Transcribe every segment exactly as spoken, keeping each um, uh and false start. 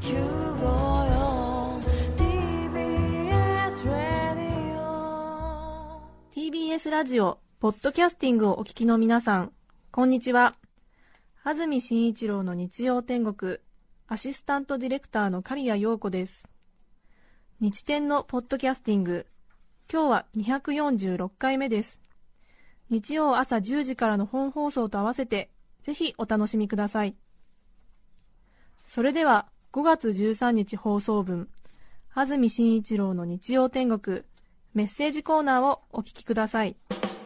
きゅうごよん ティービーエス ラジオティービーエス ラジオポッドキャスティングをお聞きの皆さん、こんにちは。安住紳一郎の日曜天国アシスタントディレクターの刈谷陽子です。日天のポッドキャスティング、今日はにひゃくよんじゅうろっかいめです。日曜朝じゅうじからの本放送と合わせてぜひお楽しみください。それではごがつじゅうさんにち放送分、安住紳一郎の日曜天国メッセージコーナーをお聞きください。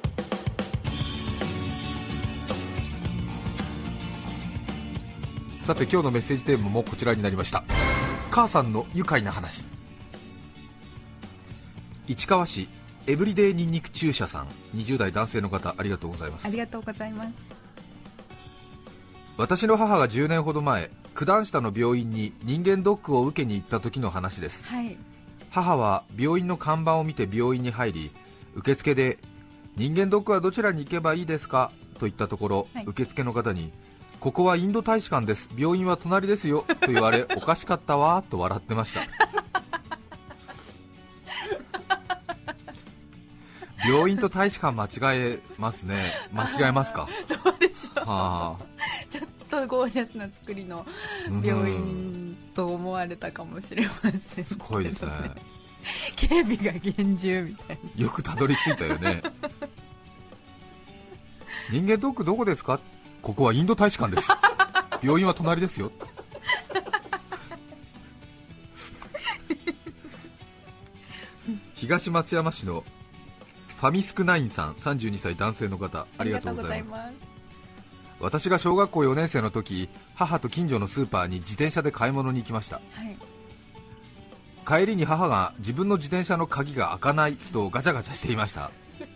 さて今日のメッセージテーマもこちらになりました。母さんの愉快な話。市川市エブリデイニンニク注射さん、にじゅうだい男性の方、ありがとうございます。 ありがとうございます。 私の母がじゅうねんほど前、九段下の病院に人間ドックを受けに行った時の話です。 はい、 母は病院の看板を見て病院に入り、受付で人間ドックはどちらに行けばいいですかと言ったところ、はい、受付の方にここはインド大使館です、病院は隣ですよと言われおかしかったわと笑ってました病院と大使館間違えますね。間違えますか。 どうでしょう、 はあ、 ちょっとゴージャスな作りの病院と思われたかもしれません。 すごいですね警備が厳重みたいな。 よくたどり着いたよね人間ドックどこですか。ここはインド大使館です病院は隣ですよ東松山市のファミスクナインさん、さんじゅうにさい男性の方、ありがとうございます。私が小学校よねん生の時、母と近所のスーパーに自転車で買い物に行きました、はい、帰りに母が自分の自転車の鍵が開かないとガチャガチャしていました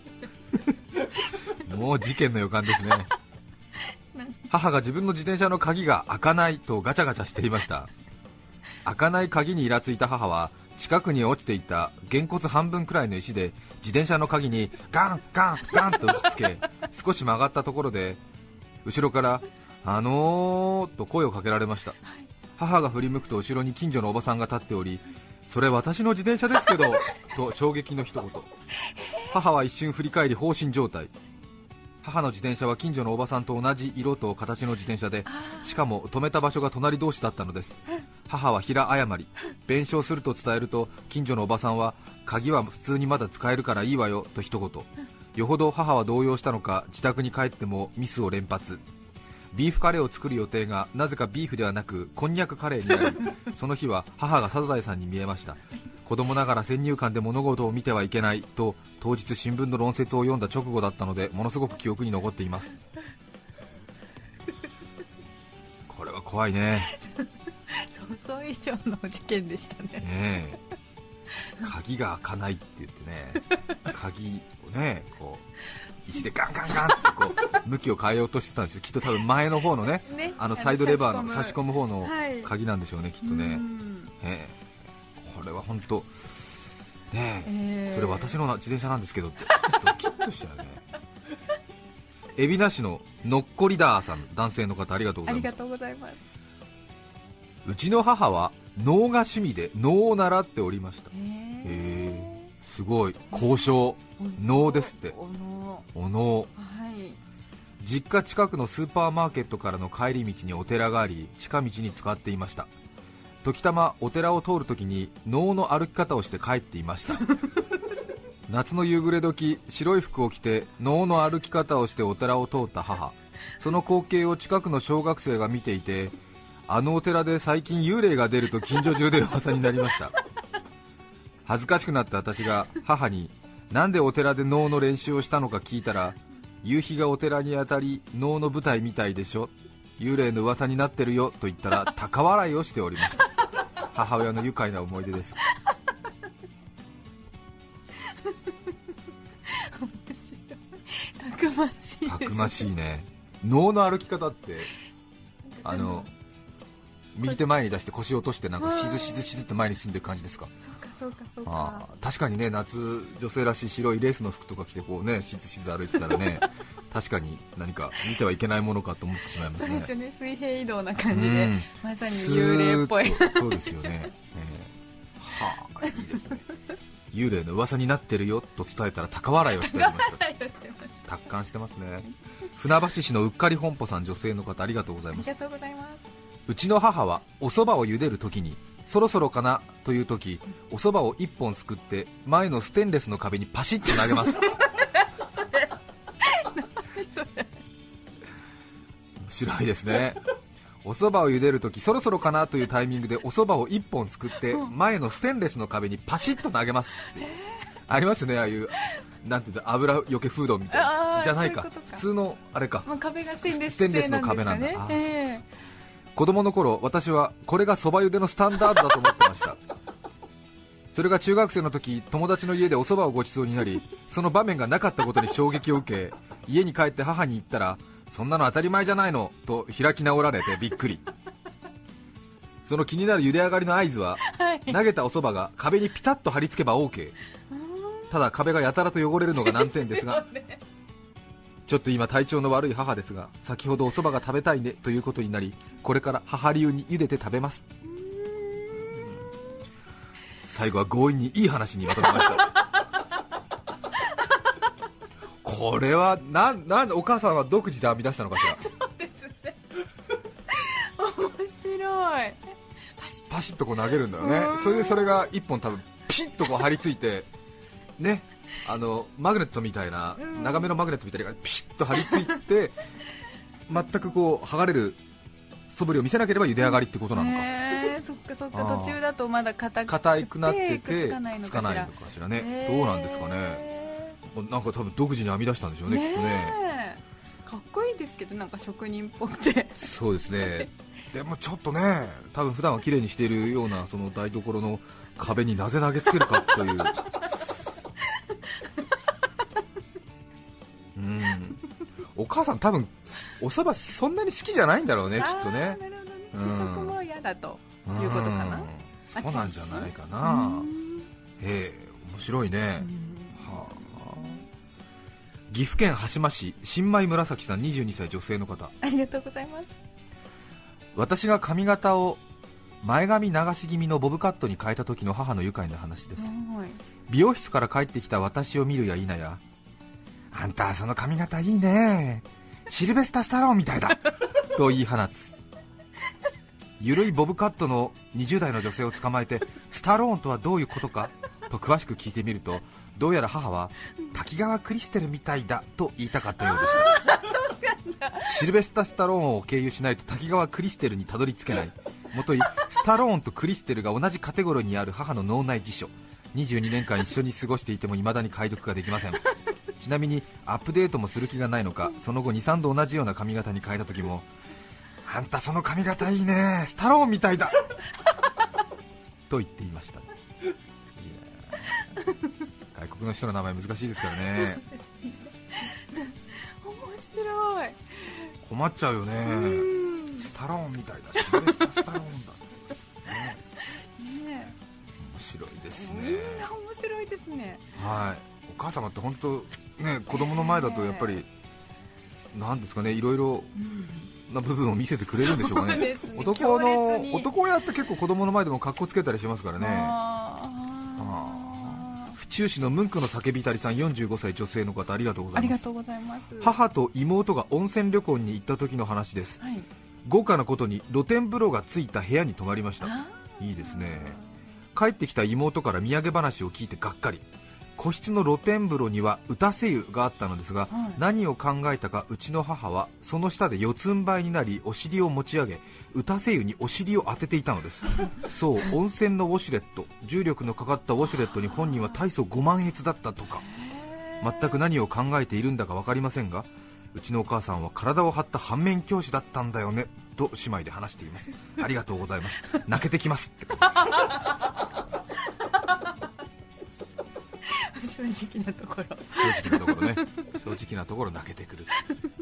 もう事件の予感ですね母が自分の自転車の鍵が開かないとガチャガチャしていました。開かない鍵にイラついた母は近くに落ちていたげんこつ半分くらいの石で自転車の鍵にガンガンガンと打ちつけ、少し曲がったところで後ろからあのーと声をかけられました。母が振り向くと後ろに近所のおばさんが立っており、それ私の自転車ですけどと衝撃の一言。母は一瞬振り返り放心状態。母の自転車は近所のおばさんと同じ色と形の自転車で、しかも止めた場所が隣同士だったのです。母は平謝り、弁償すると伝えると近所のおばさんは鍵は普通にまだ使えるからいいわよと一言。よほど母は動揺したのか自宅に帰ってもミスを連発。ビーフカレーを作る予定がなぜかビーフではなくこんにゃくカレーになり、その日は母がサザエさんに見えました。子供ながら先入観で物事を見てはいけないと当日新聞の論説を読んだ直後だったので、ものすごく記憶に残っていますこれは怖いね想像以上の事件でした ね, ねえ鍵が開かないって言ってね鍵をねこう石でガンガンガンってこう向きを変えようとしてたんですよ。きっと多分前の方の ね, ねあのサイドレバーの差し込む方の鍵なんでしょうね、はい、きっとね。ええこれは本当ねえ、えー、それ私の自転車なんですけどってドキッとしちゃうね海老名市ののっこりダーさん、男性の方、ありがとうございます。 ありがとうございます。 うちの母は能が趣味で能を習っておりました。へえー、すごい交渉、能ですって。お能、はい、実家近くのスーパーマーケットからの帰り道にお寺があり、近道に使っていました。時たまお寺を通るときに能の歩き方をして帰っていました夏の夕暮れ時、白い服を着て能の歩き方をしてお寺を通った母。その光景を近くの小学生が見ていて、あのお寺で最近幽霊が出ると近所中で噂になりました恥ずかしくなった私が母になんでお寺で能の練習をしたのか聞いたら、夕日がお寺に当たり能の舞台みたいでしょ、幽霊の噂になってるよと言ったら高笑いをしておりました母親の愉快な思い出ですたくましいですね。 たくましいね。能の歩き方ってあの右手前に出して腰を落としてなんかしずしずしずって前に進んでる感じですか。 そうかそうかそうか。 あ確かにね、夏女性らしい白いレースの服とか着てこうねしずしず歩いてたらね確かに何か見てはいけないものかと思ってしまいますね。 そうですよね、水平移動な感じで、うん、まさに幽霊っぽい。 そうですよね、えー、はあ、いいですね。幽霊の噂になってるよと伝えたら高笑いをしておりました。達観してますね。船橋市のうっかり本舗さん、女性の方、ありがとうございます。 ありがとうございます。 うちの母はお蕎麦を茹でるときに、そろそろかなというとき、お蕎麦をいっぽんすくって前のステンレスの壁にパシッと投げます。面白いですね。お蕎麦を茹でるとき、そろそろかなというタイミングでお蕎麦をいっぽんすくって前のステンレスの壁にパシッと投げます。ありますね、ああいうなんていうの、油よけフードみたいなじゃないか、ううか普通のあれか、 まあ、壁がステンレスステンレスの壁なんだ。 ね、えー、 子供の頃、私はこれが蕎麦茹でのスタンダードだと思ってました。それが中学生の時、友達の家でお蕎麦をごちそうになり、その場面がなかったことに衝撃を受け、家に帰って母に言ったら、そんなの当たり前じゃないのと開き直られてびっくり。その気になる茹で上がりの合図は、はい、投げたお蕎麦が壁にピタッと貼り付けば OK。 ただ壁がやたらと汚れるのが難点ですが、ね、ちょっと今体調の悪い母ですが、先ほどお蕎麦が食べたいねということになり、これから母流に茹でて食べます。最後は強引にいい話にまとめました。これはな、なんお母さんは独自で編み出したのかしら。 そうですね。面白い。 パシッとこう投げるんだよね。それでそれが一本多分ピシッとこう張り付いてね、あのマグネットみたいな、長めのマグネットみたいなのがピシッと張り付いて全くこう剥がれる素振りを見せなければ茹で上がりってことなのか。 へー、そっかそっか。途中だとまだ硬くて硬くなっててつかないのかしらね。どうなんですかね。なんか多分独自に編み出したんでしょうね、きっとね。 かっこいいですけど、なんか職人っぽくて。 そうですね。でもちょっとね、多分普段は綺麗にしているようなその台所の壁になぜ投げつけるかといううん、お母さん多分お蕎麦そんなに好きじゃないんだろうね、きっとね。 主食も嫌だということかな。 そうなんじゃないかな。へえ、面白いね。はあ、岐阜県羽島市新米紫さん、にじゅうにさい女性の方、 ありがとうございます。 私が髪型を前髪流し気味のボブカットに変えた時の母の愉快な話です。美容室から帰ってきた私を見るや否や、あんたその髪型いいね、シルベスタ・スタローンみたいだと言い放つ。ゆるいボブカットのにじゅう代の女性を捕まえて、スタローンとはどういうことかと詳しく聞いてみると、どうやら母は滝川クリステルみたいだと言いたかったようでした。シルベスタ・スタローンを経由しないと滝川クリステルにたどり着けない。もといスタローンとクリステルが同じカテゴリーにある母の脳内辞書。にじゅうにねんかん一緒に過ごしていても未だに解読ができません。ちなみにアップデートもする気がないのか、その後 にさんど同じような髪型に変えた時も、あんたその髪型いいね、スタローンみたいだと言っていました。いいね、外国の人の名前難しいですからね。 面白い。 困っちゃうよね。スタローンみたいだ、シルベスタ・スタローンだ、ね、 ね、 面白いですね。 みんな面白いですね。 はい、お母様って本当ね、子供の前だとやっぱりなんですかね、いろいろな部分を見せてくれるんでしょうかね。ね、男の男親って結構子供の前でも格好つけたりしますからね。府中市のムンクの叫びたりさん、よんじゅうごさい女性の方、ありがとうございます。 ありがとうございます。 母と妹が温泉旅行に行った時の話です、はい、豪華なことに露天風呂がついた部屋に泊まりました。いいですね。帰ってきた妹から土産話を聞いてがっかり。個室の露天風呂には打せ湯があったのですが、はい、何を考えたかうちの母はその下で四つん這いになり、お尻を持ち上げ打せ湯にお尻を当てていたのです。そう、温泉のウォシュレット、重力のかかったウォシュレットに本人は大層ごまんえつだったとか。全く何を考えているんだか分かりませんが、うちのお母さんは体を張った反面教師だったんだよねと姉妹で話しています。ありがとうございます。泣けてきますって正直なところ正直なところね正直なところ泣けてくる。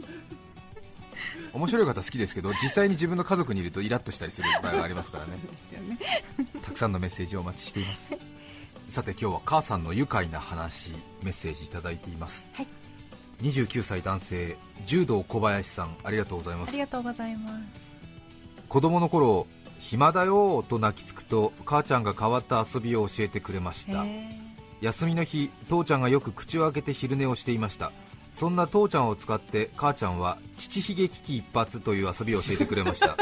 面白い方好きですけど、実際に自分の家族にいるとイラッとしたりする場合がありますからね。 ですよね。 たくさんのメッセージをお待ちしています。さて今日は母さんの愉快な話、メッセージいただいています、はい、 にじゅうきゅうさい男性、柔道小林さん、ありがとうございます。 ありがとうございます。 子供の頃、暇だよと泣きつくと母ちゃんが変わった遊びを教えてくれました。休みの日、父ちゃんがよく口を開けて昼寝をしていました。そんな父ちゃんを使って母ちゃんは乳ひげ危機一髪という遊びを教えてくれました本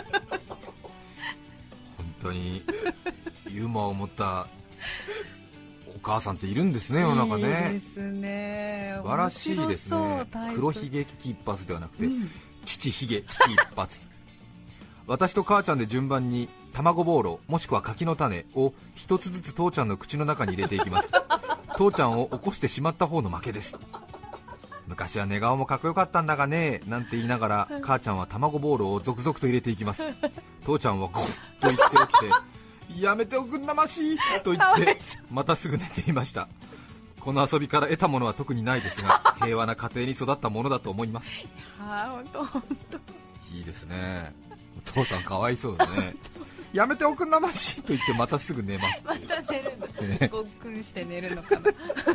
当にユーモアを持ったお母さんっているんですね、世の中ね。 いいですね、 素晴らしいですね。黒ひげ危機一髪ではなくて、うん、乳ひげ危機一髪私と母ちゃんで順番に卵ボーロもしくは柿の種を一つずつ父ちゃんの口の中に入れていきます父ちゃんを起こしてしまった方の負けです。昔は寝顔もかっこよかったんだがねなんて言いながら母ちゃんは卵ボールを続々と入れていきます。父ちゃんはゴッと言って起きてやめておくんなましいと言ってまたすぐ寝ていました。この遊びから得たものは特にないですが平和な家庭に育ったものだと思います。 いや本当本当いいですね。お父さんかわいそうですねやめておくんなましいと言ってまたすぐ寝ます。 また寝るの、ね、ごっくんして寝るのかな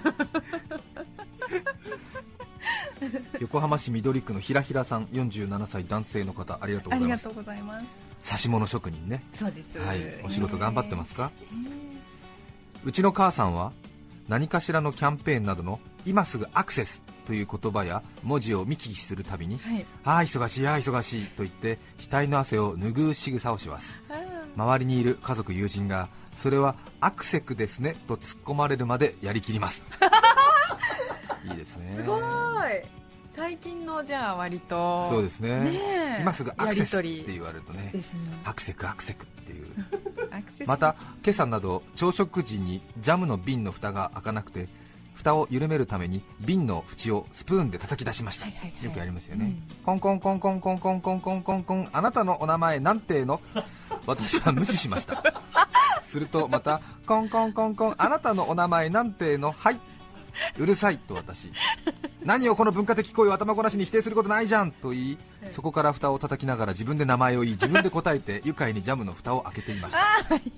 横浜市緑区のひらひらさん、よんじゅうななさい男性の方、ありがとうございます。 ありがとうございます。 刺し物職人ね。 そうです、 はい、お仕事頑張ってますか。うちの母さんは何かしらのキャンペーンなどの今すぐアクセスという言葉や文字を見聞きするたびに、はい、ああ忙しいああ忙しいと言って額の汗を拭う仕草をします。周りにいる家族友人がそれはアクセクですねと突っ込まれるまでやりきりますいいですね。 すごい最近のじゃあ割とそうです ね, ね今すぐアクセスって言われると ね, ねアクセクアクセクっていうまた今朝など朝食時にジャムの瓶の蓋が開かなくて蓋を緩めるために瓶の縁をスプーンで叩き出しました、はいはいはい、よくやりますよね、うん、コンコンコンコンコンコンコンコンコンコンあなたのお名前なんての私は無視しましたするとまたコンコンコンコンあなたのお名前なんてのはいうるさいと私何をこの文化的行為を頭ごなしに否定することないじゃんと言いそこから蓋を叩きながら自分で名前を言い自分で答えて愉快にジャムの蓋を開けていました素晴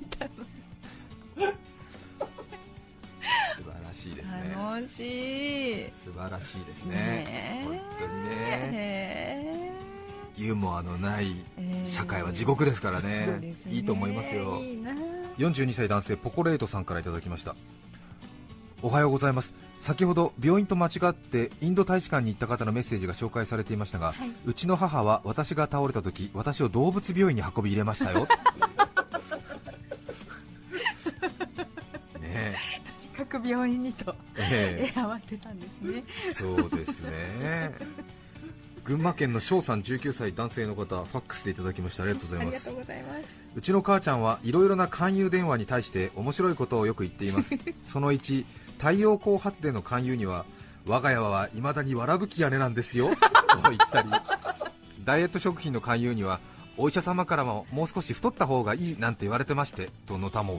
らしいですね。 楽しい素晴らしいですね、ね本当にねユーモアのない社会は地獄ですから ね,、えー、ねいいと思いますよ。いいな。よんじゅうにさい男性ポコレートさんからいただきました。おはようございます。先ほど病院と間違ってインド大使館に行った方のメッセージが紹介されていましたが、はい、うちの母は私が倒れた時私を動物病院に運び入れましたよね各病院にと、えー、慌てたんですね。 そうですね群馬県の翔さんじゅうきゅうさい男性の方、ファックスでいただきました。ありがとうございます。 ありがとうございます。 うちの母ちゃんはいろいろな勧誘電話に対して面白いことをよく言っていますそのいち、太陽光発電の勧誘には我が家は未だにわらぶき屋根なんですよと言ったり、ダイエット食品の勧誘にはお医者様からももう少し太った方がいいなんて言われてましてとのたもう、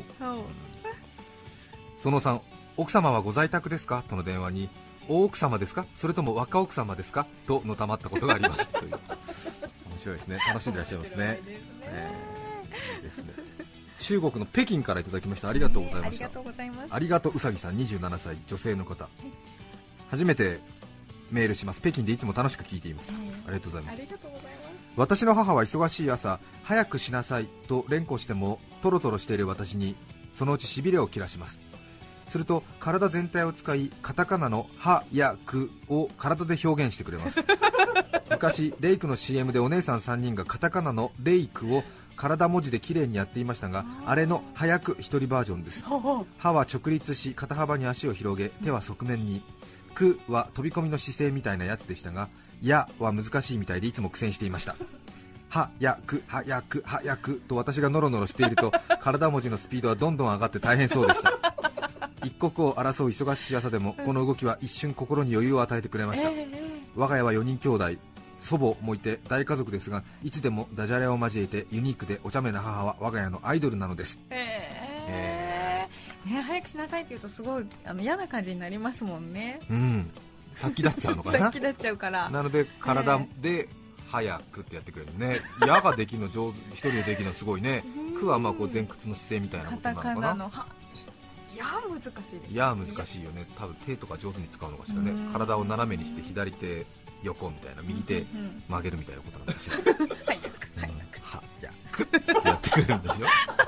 そのさん、奥様はご在宅ですかとの電話に大奥様ですかそれとも若奥様ですかとのたまったことがありますという面白いですね。楽しんでいらっしゃいますね。えー、いいですね。中国の北京からいただきました。ありがとうございました。 ありがとうございます。 ありがとううさぎさん、にじゅうななさい女性の方、初めてメールします。北京でいつも楽しく聞いています。ありがとうございます。私の母は忙しい朝、早くしなさいと連呼してもトロトロしている私にそのうちしびれを切らします。すると体全体を使いカタカナのはやくを体で表現してくれます昔レイクの シーエム でお姉さんさんにんがカタカナのレイクを体文字で綺麗にやっていましたが、あれの早く一人バージョンです。歯は直立し肩幅に足を広げ手は側面に、くは飛び込みの姿勢みたいなやつでしたが、やは難しいみたいでいつも苦戦していました。はやくはやくはやくと私がノロノロしていると体文字のスピードはどんどん上がって大変そうでした一刻を争う忙しい朝でもこの動きは一瞬心に余裕を与えてくれました。我が家はよにん兄弟、祖母もいて大家族ですが、いつでもダジャレを交えてユニークでお茶目な母は我が家のアイドルなのです。 へー、ね、早くしなさいって言うとすごいあの嫌な感じになりますもんね。 うん、先立っちゃうのかな先立っちゃうからなので体で早くってやってくれるね。矢ができるの上手、一人でできるのすごいね。くはまあこう前屈の姿勢みたいなことなのかな。カタカナのはいやー難しいです、ね、 いやー難しいよね。多分手とか上手に使うのかしらね。体を斜めにして左手横みたいな、右手曲げるみたいなことなのかしら。 早く早く、 はやくってやってくれるんでしょ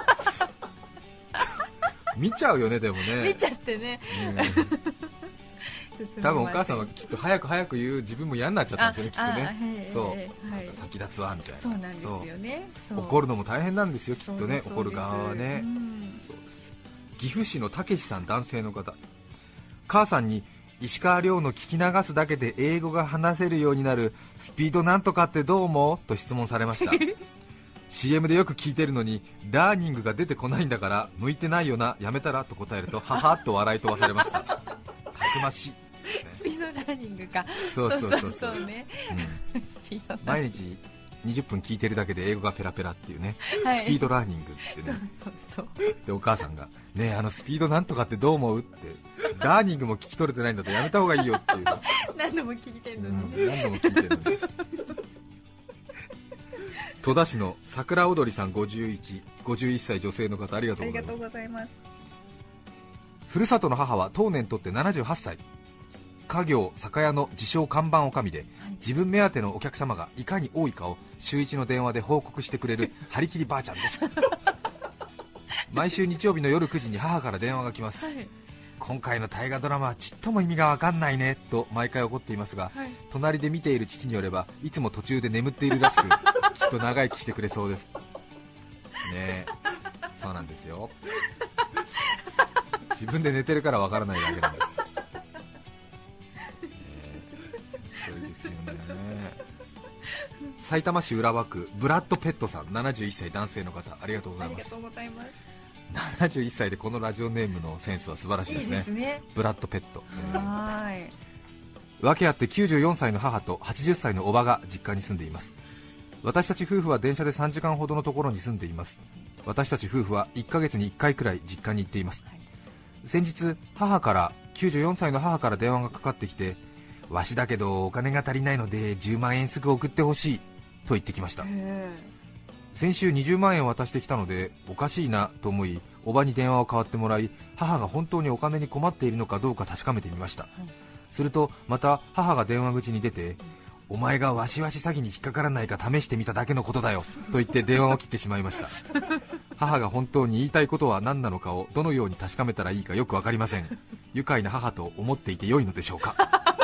見ちゃうよね、でもね。 見ちゃってね、 うん、多分お母さんはきっと早く早く言う自分も嫌になっちゃったんですよね、きっとね。そう、はい、先立つわみたいな。 そうなんですよね。 怒るのも大変なんですよ、きっとね。怒る側はね、うん、岐阜市のたけしさん、男性の方。母さんに石川遼の聞き流すだけで英語が話せるようになるスピードなんとかってどう思うと質問されました。シーエム でよく聞いてるのにラーニングが出てこないんだから向いてないよな、やめたらと答えるとははっと笑い飛ばされました。たくましい、ね、 スピードラーニングか。 そうそうそうそう、 そうね、うん、スピード毎日にじゅっぷん聞いてるだけで英語がペラペラっていうね、 はい、 スピードラーニングってね。 そうそうそうでお母さんがねえ、あのスピードなんとかってどう思うって、ラーニングも聞き取れてないんだとやめた方がいいよっていう。 何度も聞いてるのに、 うん、何度も聞いてるのに。戸田市の桜踊りさんごじゅういち、ごじゅういっさい女性の方、ありがとうございます。 ありがとうございます。 ふるさとの母は当年とってななじゅうはっさい、家業酒屋の自称看板おかみで、自分目当てのお客様がいかに多いかを週一の電話で報告してくれる張り切りばあちゃんです。毎週日曜日の夜くじに母から電話が来ます、はい、今回の大河ドラマはちっとも意味が分かんないねと毎回怒っていますが、はい、隣で見ている父によればいつも途中で眠っているらしくきっと長生きしてくれそうですね。えそうなんですよ。自分で寝てるから分からないだけなんです。埼玉市浦和区ブラッド・ペットさん、ななじゅういっさい男性の方、ありがとうございます。 ありがとうございます。 ななじゅういっさいでこのラジオネームのセンスは素晴らしいですね。いいですね、ブラッド・ペット。 はい。 訳あってきゅうじゅうよんさいの母とはちじゅっさいのおばが実家に住んでいます。私たち夫婦は電車でさんじかんほどのところに住んでいます。私たち夫婦はいっかげつにいっかいくらい実家に行っています、はい、先日母からきゅうじゅうよんさいの母から電話がかかってきて、わしだけどお金が足りないのでじゅうまんえんすぐ送ってほしいと言ってきました。先週にじゅうまんえん渡してきたのでおかしいなと思い、おばに電話を代わってもらい、母が本当にお金に困っているのかどうか確かめてみました、はい、するとまた母が電話口に出て、うん、お前がわしわし詐欺に引っかからないか試してみただけのことだよと言って電話を切ってしまいました。母が本当に言いたいことは何なのかをどのように確かめたらいいかよく分かりません。愉快な母と思っていて良いのでしょうか。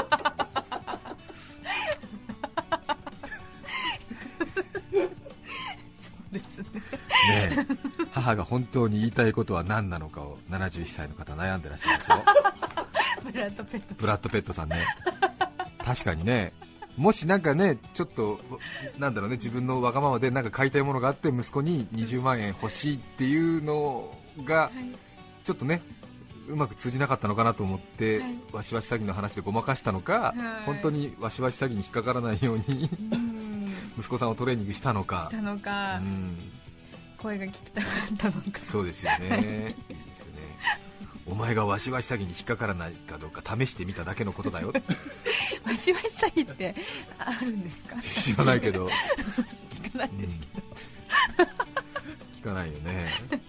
そうですね。 ねえ、母が本当に言いたいことは何なのかをななじゅういっさいの方悩んでらっしゃいますよ。 ブラッドペットブラッドペットさんね。確かにね、もしなんかね、ちょっとなんだろうね、自分のわがままでなんか買いたいものがあって息子ににじゅうまんえん欲しいっていうのがちょっとねうまく通じなかったのかなと思って、はい、わしわし詐欺の話でごまかしたのか、はい、本当にわしわし詐欺に引っかからないように息子さんをトレーニングしたのか、 したのか、うん、声が聞きたかったのか。 そうですよね。いいですよね。お前がわしわし詐欺に引っかからないかどうか試してみただけのことだよ。 わしわし詐欺ってあるんですか？ 知らないけど聞かないですけど、 うん、聞かないよね。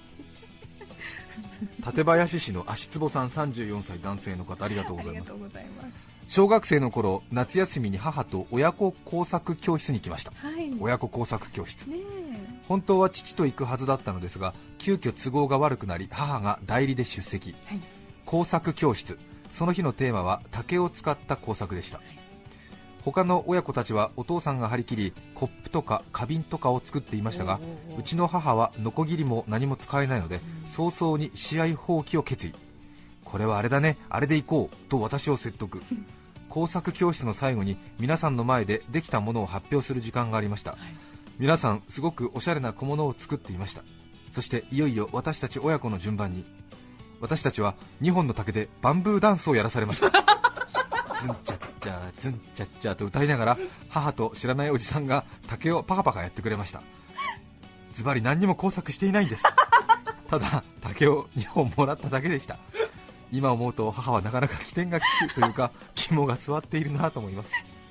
館林市の足つぼさん、さんじゅうよんさい男性の方、ありがとうございます。小学生の頃、夏休みに母と親子工作教室に行きました、はい、親子工作教室、ね、本当は父と行くはずだったのですが、急遽都合が悪くなり母が代理で出席、はい、工作教室、その日のテーマは竹を使った工作でした、はい、他の親子たちはお父さんが張り切りコップとか花瓶とかを作っていましたが、うちの母はノコギリも何も使えないので、うん、早々に試合放棄を決意。これはあれだね、あれで行こうと私を説得。工作教室の最後に皆さんの前でできたものを発表する時間がありました、はい、皆さんすごくおしゃれな小物を作っていました。そしていよいよ私たち親子の順番に、私たちはにほんの竹でバンブーダンスをやらされました。ズンチャッチャーズンチャッチャーと歌いながら母と知らないおじさんが竹をパカパカやってくれました。ズバリ何にも工作していないんです。ただ竹をにほんもらっただけでした。今思うと母はなかなか起点が利くというか肝が据わっているなと思います。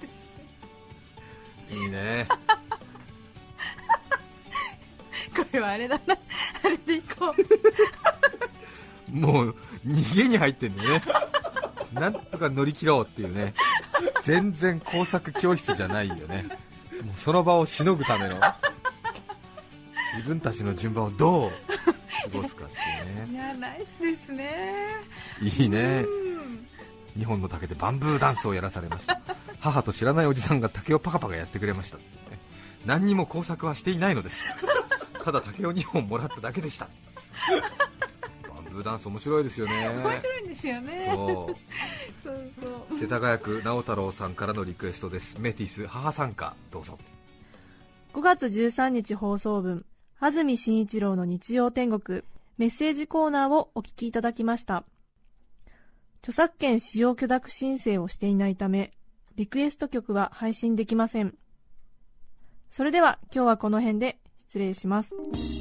いいね。 これはあれだな、あれでいこう。 もう逃げに入ってんだよね。なんとか乗り切ろうっていうね。全然工作教室じゃないよね。もうその場をしのぐための自分たちの順番をどう過ごすかっていうね。 いや、ナイスですね。 いいね。にほんの竹でバンブーダンスをやらされました。母と知らないおじさんが竹をパカパカやってくれました。何にも工作はしていないのです。ただ竹をにほんもらっただけでした。バンブーダンス面白いですよね。 面白いんですよね。 そうそうそう。 世田谷区直太郎さんからのリクエストです。メティス母参加、どうぞ。 ごがつじゅうさんにち放送分、安住紳一郎の日曜天国メッセージコーナーをお聞きいただきました。著作権使用許諾申請をしていないため、リクエスト曲は配信できません。それでは今日はこの辺で失礼します。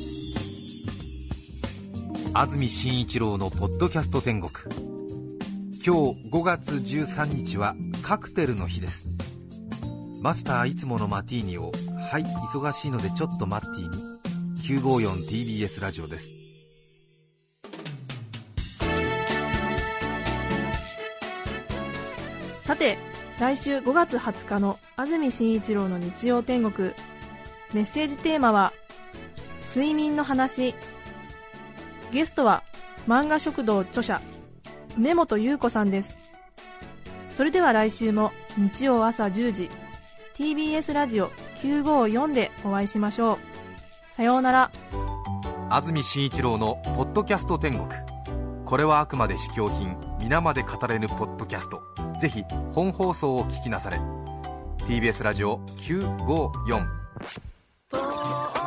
安住紳一郎のポッドキャスト天国。今日ごがつじゅうさんにちはカクテルの日です。マスターいつものマティーニを、はい、忙しいのでちょっと待ってぃに。 きゅうごよんティービーエス ラジオです。 さて、来週ごがつはつかの安住紳一郎の日曜天国、メッセージテーマは睡眠の話。ゲストは漫画食堂著者梅本優子さんです。それでは来週も日曜朝じゅうじ ティービーエス ラジオきゅうごよんでお会いしましょう。さようなら。 安住紳一郎のポッドキャスト天国。これはあくまで試供品、皆まで語れぬポッドキャスト。ぜひ本放送を聞きなされ。 ティービーエス ラジオきゅうごよん。